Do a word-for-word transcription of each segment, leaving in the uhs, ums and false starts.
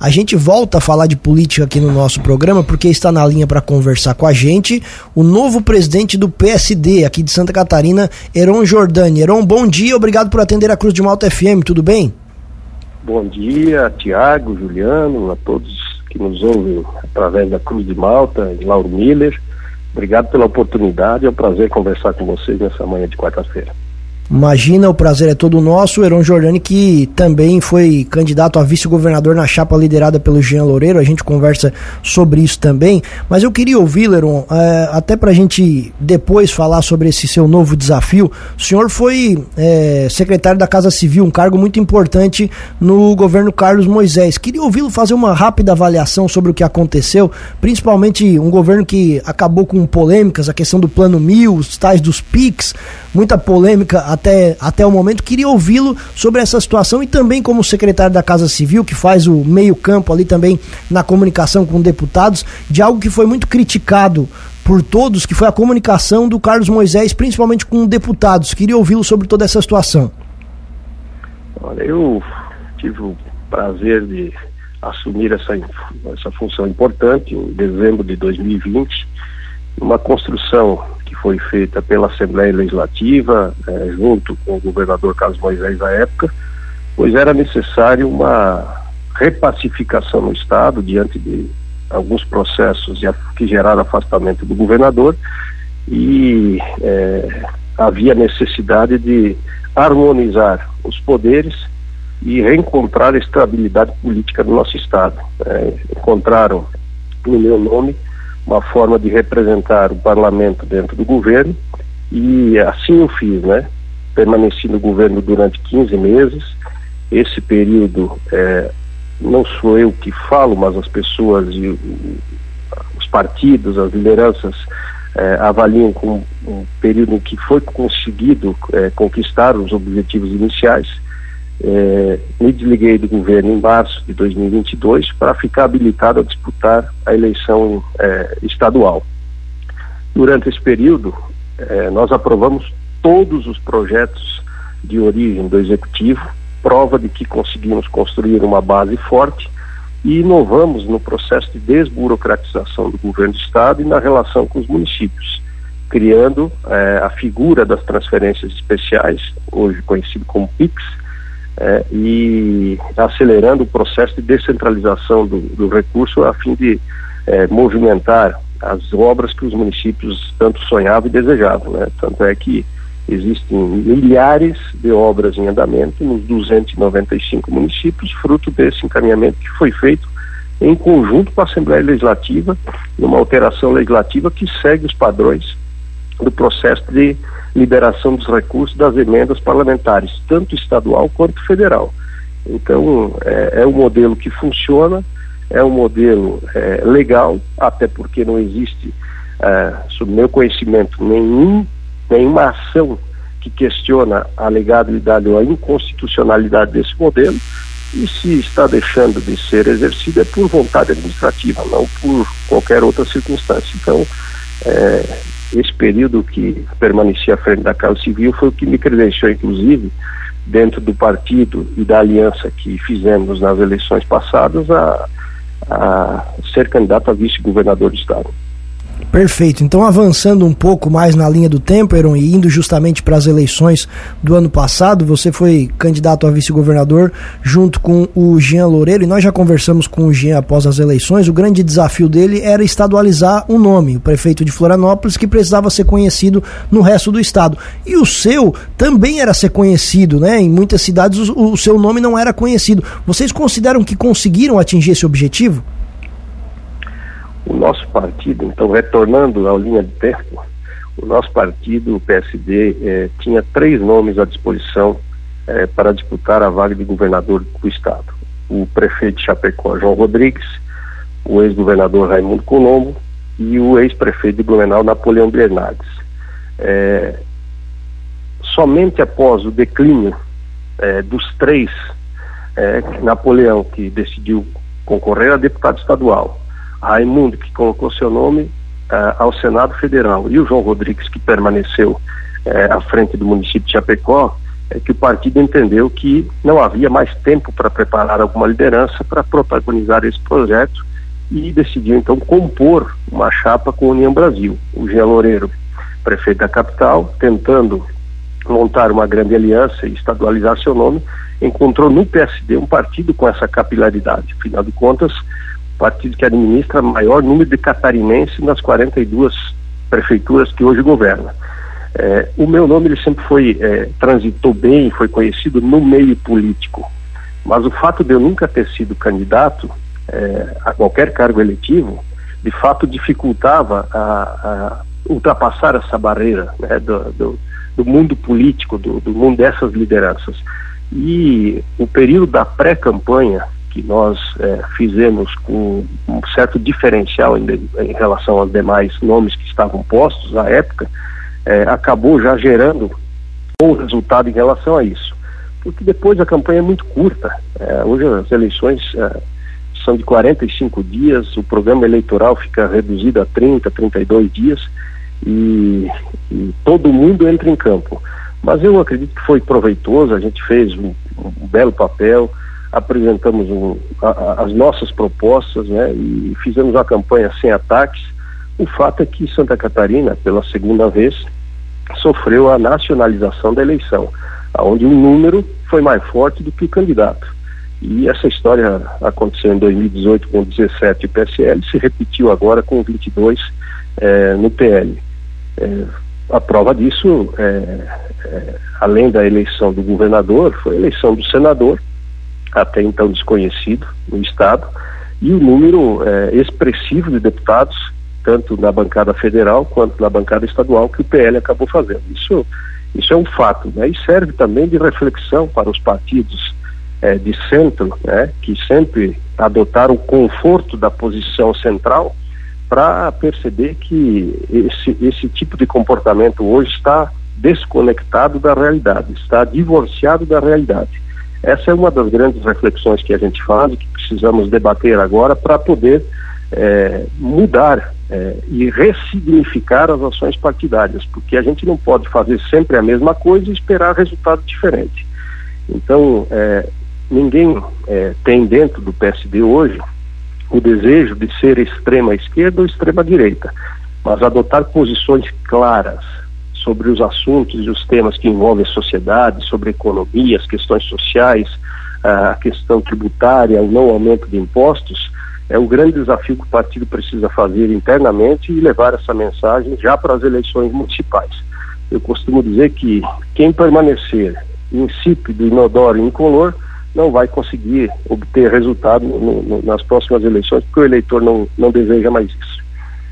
A gente volta a falar de política aqui no nosso programa porque está na linha para conversar com a gente o novo presidente do P S D aqui de Santa Catarina, Heron Jordani. Heron, bom dia, obrigado por atender a Cruz de Malta F M, tudo bem? Bom dia, Tiago, Juliano, a todos que nos ouvem através da Cruz de Malta, e Lauro Miller. Obrigado pela oportunidade, é um prazer conversar com vocês nessa manhã de quarta-feira. Imagina, o prazer é todo nosso. O Heron Jordani, que também foi candidato a vice-governador na chapa liderada pelo Jean Loureiro, a gente conversa sobre isso também, mas eu queria ouvir, Heron, é, até pra gente depois falar sobre esse seu novo desafio. O senhor foi é, secretário da Casa Civil, um cargo muito importante no governo Carlos Moisés. Queria ouvi-lo fazer uma rápida avaliação sobre o que aconteceu, principalmente um governo que acabou com polêmicas, a questão do Plano Mil, os tais dos P I Cs, muita polêmica até, até o momento. Queria ouvi-lo sobre essa situação e também como secretário da Casa Civil, que faz o meio campo ali também na comunicação com deputados, de algo que foi muito criticado por todos, que foi a comunicação do Carlos Moisés, principalmente com deputados. Queria ouvi-lo sobre toda essa situação. Olha, eu tive o prazer de assumir essa, essa função importante em dezembro de dois mil e vinte, uma construção que foi feita pela Assembleia Legislativa, eh, junto com o governador Carlos Moisés à época, pois era necessário uma repacificação no Estado diante de alguns processos que geraram afastamento do governador e eh, havia necessidade de harmonizar os poderes e reencontrar a estabilidade política do nosso Estado. Eh, encontraram no meu nome uma forma de representar o parlamento dentro do governo e assim eu fiz, né? Permaneci no governo durante quinze meses. Esse período, é, não sou eu que falo, mas as pessoas e os partidos, as lideranças é, avaliam como um período em que foi conseguido é, conquistar os objetivos iniciais. É, me desliguei do governo em março de dois mil e vinte e dois para ficar habilitado a disputar a eleição é, estadual. Durante esse período, é, nós aprovamos todos os projetos de origem do Executivo, prova de que conseguimos construir uma base forte e inovamos no processo de desburocratização do governo do Estado e na relação com os municípios, criando é, a figura das transferências especiais, hoje conhecido como P I Cs, É, e acelerando o processo de descentralização do, do recurso a fim de é, movimentar as obras que os municípios tanto sonhavam e desejavam, né? Tanto é que existem milhares de obras em andamento nos duzentos e noventa e cinco municípios, fruto desse encaminhamento que foi feito em conjunto com a Assembleia Legislativa, numa alteração legislativa que segue os padrões do processo de liberação dos recursos das emendas parlamentares, tanto estadual quanto federal. Então, é, é um modelo que funciona, é um modelo é, legal, até porque não existe, é, sob meu conhecimento, nenhum, nenhuma ação que questiona a legalidade ou a inconstitucionalidade desse modelo, e se está deixando de ser exercido é por vontade administrativa, não por qualquer outra circunstância. Então, é, esse período que permaneci à frente da Casa Civil foi o que me credenciou, inclusive, dentro do partido e da aliança que fizemos nas eleições passadas, a, a ser candidato a vice-governador do Estado. Perfeito. Então, avançando um pouco mais na linha do tempo, Heron, e indo justamente para as eleições do ano passado, você foi candidato a vice-governador junto com o Jean Loureiro, e nós já conversamos com o Jean após as eleições. O grande desafio dele era estadualizar um nome, o prefeito de Florianópolis, que precisava ser conhecido no resto do estado. E o seu também era ser conhecido, né? Em muitas cidades o, o seu nome não era conhecido. Vocês consideram que conseguiram atingir esse objetivo? O nosso partido, então, retornando à linha de tempo, o nosso partido, o P S D, eh, tinha três nomes à disposição eh, para disputar a vaga de governador do Estado. O prefeito de Chapecó, João Rodrigues, o ex-governador Raimundo Colombo e o ex-prefeito de Blumenau, Napoleão Bernardes. Eh, somente após o declínio eh, dos três, eh, Napoleão, que decidiu concorrer a deputado estadual, Raimundo, que colocou seu nome uh, ao Senado Federal, e o João Rodrigues, que permaneceu uh, à frente do município de Chapecó, é que o partido entendeu que não havia mais tempo para preparar alguma liderança para protagonizar esse projeto e decidiu então compor uma chapa com a União Brasil. O Jean Loureiro, prefeito da capital, tentando montar uma grande aliança e estadualizar seu nome, encontrou no P S D um partido com essa capilaridade. Afinal de contas, o partido que administra o maior número de catarinenses nas quarenta e duas prefeituras que hoje governa. É, o meu nome ele sempre foi, é, transitou bem, foi conhecido no meio político, mas o fato de eu nunca ter sido candidato é, a qualquer cargo eletivo, de fato dificultava a, a ultrapassar essa barreira, né, do, do, do mundo político, do, do mundo dessas lideranças. E o período da pré-campanha, que nós é, fizemos com um certo diferencial em, em relação aos demais nomes que estavam postos à época, É, acabou já gerando um resultado em relação a isso, porque depois a campanha é muito curta. É, hoje as eleições é, são de quarenta e cinco dias, o programa eleitoral fica reduzido a trinta, trinta e dois dias e, e todo mundo entra em campo. Mas eu acredito que foi proveitoso, a gente fez um, um belo papel, apresentamos um, a, a, as nossas propostas, né, e fizemos uma campanha sem ataques. O fato é que Santa Catarina, pela segunda vez, sofreu a nacionalização da eleição, onde o número foi mais forte do que o candidato. E essa história aconteceu em dois mil e dezoito com dezessete P S L, se repetiu agora com vinte e dois eh, no P L. Eh, a prova disso, eh, eh, além da eleição do governador, foi a eleição do senador, até então desconhecido no estado, e o número eh, expressivo de deputados, tanto na bancada federal quanto na bancada estadual, que o P L acabou fazendo. Isso, isso é um fato, né? E serve também de reflexão para os partidos eh, de centro, né? Que sempre adotaram o conforto da posição central, para perceber que esse, esse tipo de comportamento hoje está desconectado da realidade, está divorciado da realidade. Essa é uma das grandes reflexões que a gente faz, que precisamos debater agora para poder É, mudar é, e ressignificar as ações partidárias, porque a gente não pode fazer sempre a mesma coisa e esperar resultado diferente. Então, é, ninguém é, tem dentro do P S D hoje o desejo de ser extrema esquerda ou extrema direita, mas adotar posições claras sobre os assuntos e os temas que envolvem a sociedade, sobre a economia, as questões sociais, a questão tributária, o não aumento de impostos, é o grande desafio que o partido precisa fazer internamente e levar essa mensagem já para as eleições municipais. Eu costumo dizer que quem permanecer insípido, inodoro e incolor não vai conseguir obter resultado no, no, nas próximas eleições, porque o eleitor não, não deseja mais isso.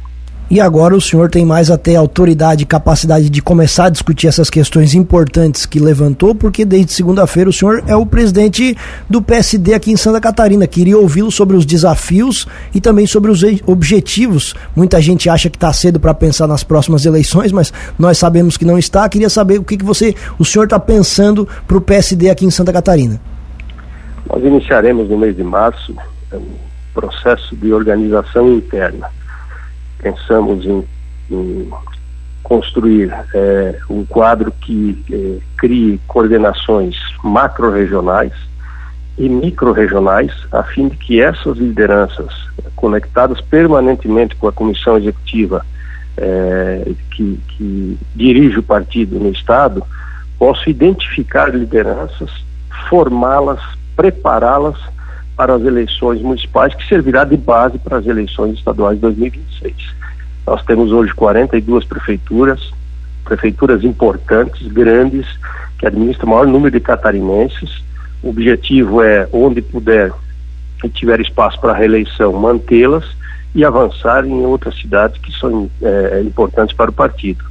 E agora o senhor tem mais até autoridade e capacidade de começar a discutir essas questões importantes que levantou, porque desde segunda-feira o senhor é o presidente do P S D aqui em Santa Catarina. Queria ouvi-lo sobre os desafios e também sobre os objetivos. Muita gente acha que está cedo para pensar nas próximas eleições, mas nós sabemos que não está. Queria saber o que, que você, o senhor está pensando para o P S D aqui em Santa Catarina. Nós iniciaremos no mês de março um processo de organização interna. Pensamos em, em construir é, um quadro que é, crie coordenações macro-regionais e micro-regionais, a fim de que essas lideranças, conectadas permanentemente com a comissão executiva é, que, que dirige o partido no Estado, possam identificar lideranças, formá-las, prepará-las para as eleições municipais, que servirá de base para as eleições estaduais de dois mil e vinte e seis. Nós temos hoje quarenta e duas prefeituras, prefeituras importantes, grandes, que administram o maior número de catarinenses. O objetivo é, onde puder e tiver espaço para reeleição, mantê-las e avançar em outras cidades que são é, importantes para o partido.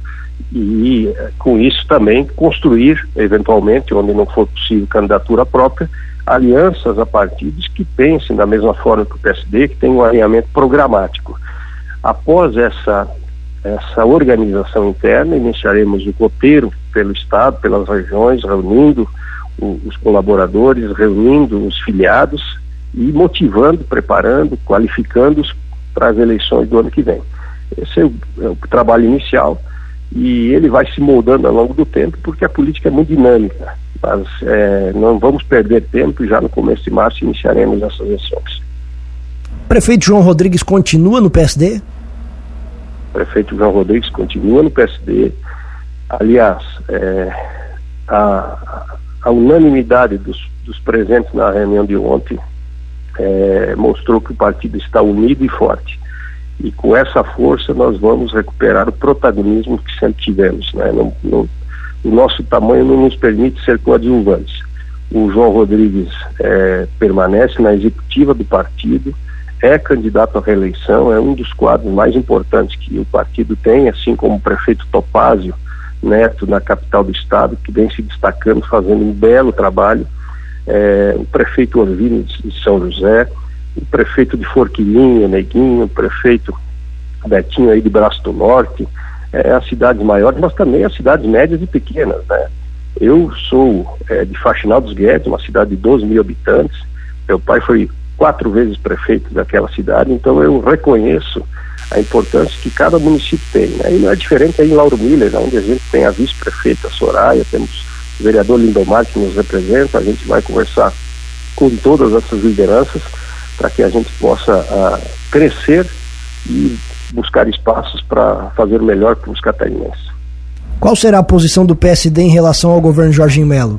E, com isso, também construir, eventualmente, onde não for possível candidatura própria, alianças a partidos que pensem da mesma forma que o P S D, que tem um alinhamento programático. Após essa, essa organização interna, iniciaremos o roteiro pelo Estado, pelas regiões, reunindo o, os colaboradores, reunindo os filiados e motivando, preparando, qualificando-os para as eleições do ano que vem. Esse é o, é o trabalho inicial. e ele vai se moldando ao longo do tempo, porque a política é muito dinâmica. Mas é, não vamos perder tempo e já no começo de março iniciaremos essas ações. Prefeito João Rodrigues continua no P S D? Prefeito João Rodrigues continua no P S D. Aliás, é, a, a unanimidade dos, dos presentes na reunião de ontem é, mostrou que o partido está unido e forte. E com essa força nós vamos recuperar o protagonismo que sempre tivemos, né? Não, não, o nosso tamanho não nos permite ser coadjuvantes. O João Rodrigues é, permanece na executiva do partido, é candidato à reeleição, é um dos quadros mais importantes que o partido tem, assim como o prefeito Topázio Neto na capital do estado, que vem se destacando, fazendo um belo trabalho, é, o prefeito Orvino de São José, o prefeito de Forquilinha, Neguinho, o prefeito Betinho aí de Braço do Norte, é, as cidades maiores, mas também as cidades médias e pequenas, né? Eu sou é, de Faxinal dos Guedes, uma cidade de doze mil habitantes, meu pai foi quatro vezes prefeito daquela cidade, então eu reconheço a importância que cada município tem, né? E não é diferente aí em Lauro Miller, onde a gente tem a vice-prefeita Soraya, temos o vereador Lindomar que nos representa, a gente vai conversar com todas essas lideranças para que a gente possa uh, crescer e buscar espaços para fazer o melhor para os catarinenses. Qual será a posição do P S D em relação ao governo Jorginho Melo?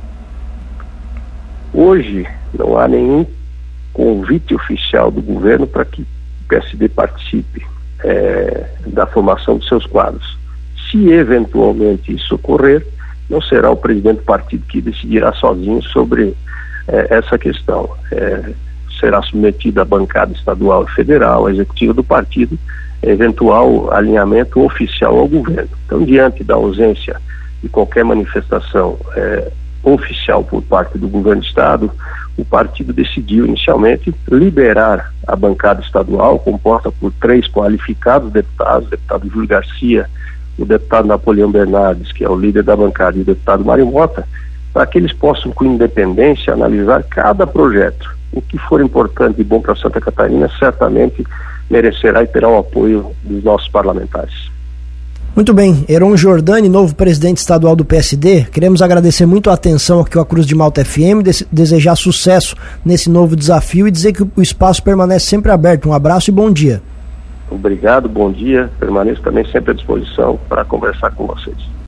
Hoje não há nenhum convite oficial do governo para que o P S D participe é, da formação dos seus quadros. Se eventualmente isso ocorrer, não será o presidente do partido que decidirá sozinho sobre é, essa questão. É, será submetida à bancada estadual e federal, à executiva do partido, eventual alinhamento oficial ao governo. Então, diante da ausência de qualquer manifestação é, oficial por parte do governo do estado, o partido decidiu inicialmente liberar a bancada estadual, composta por três qualificados deputados, o deputado Júlio Garcia, o deputado Napoleão Bernardes, que é o líder da bancada, e o deputado Mário Mota, para que eles possam, com independência, analisar cada projeto. O que for importante e bom para Santa Catarina certamente merecerá e terá o apoio dos nossos parlamentares. Muito bem, Heron Jordani, novo presidente estadual do P S D, queremos agradecer muito a atenção aqui ao Cruz de Malta F M, desejar sucesso nesse novo desafio e dizer que o espaço permanece sempre aberto. Um abraço e bom dia. Obrigado, bom dia, permaneço também sempre à disposição para conversar com vocês.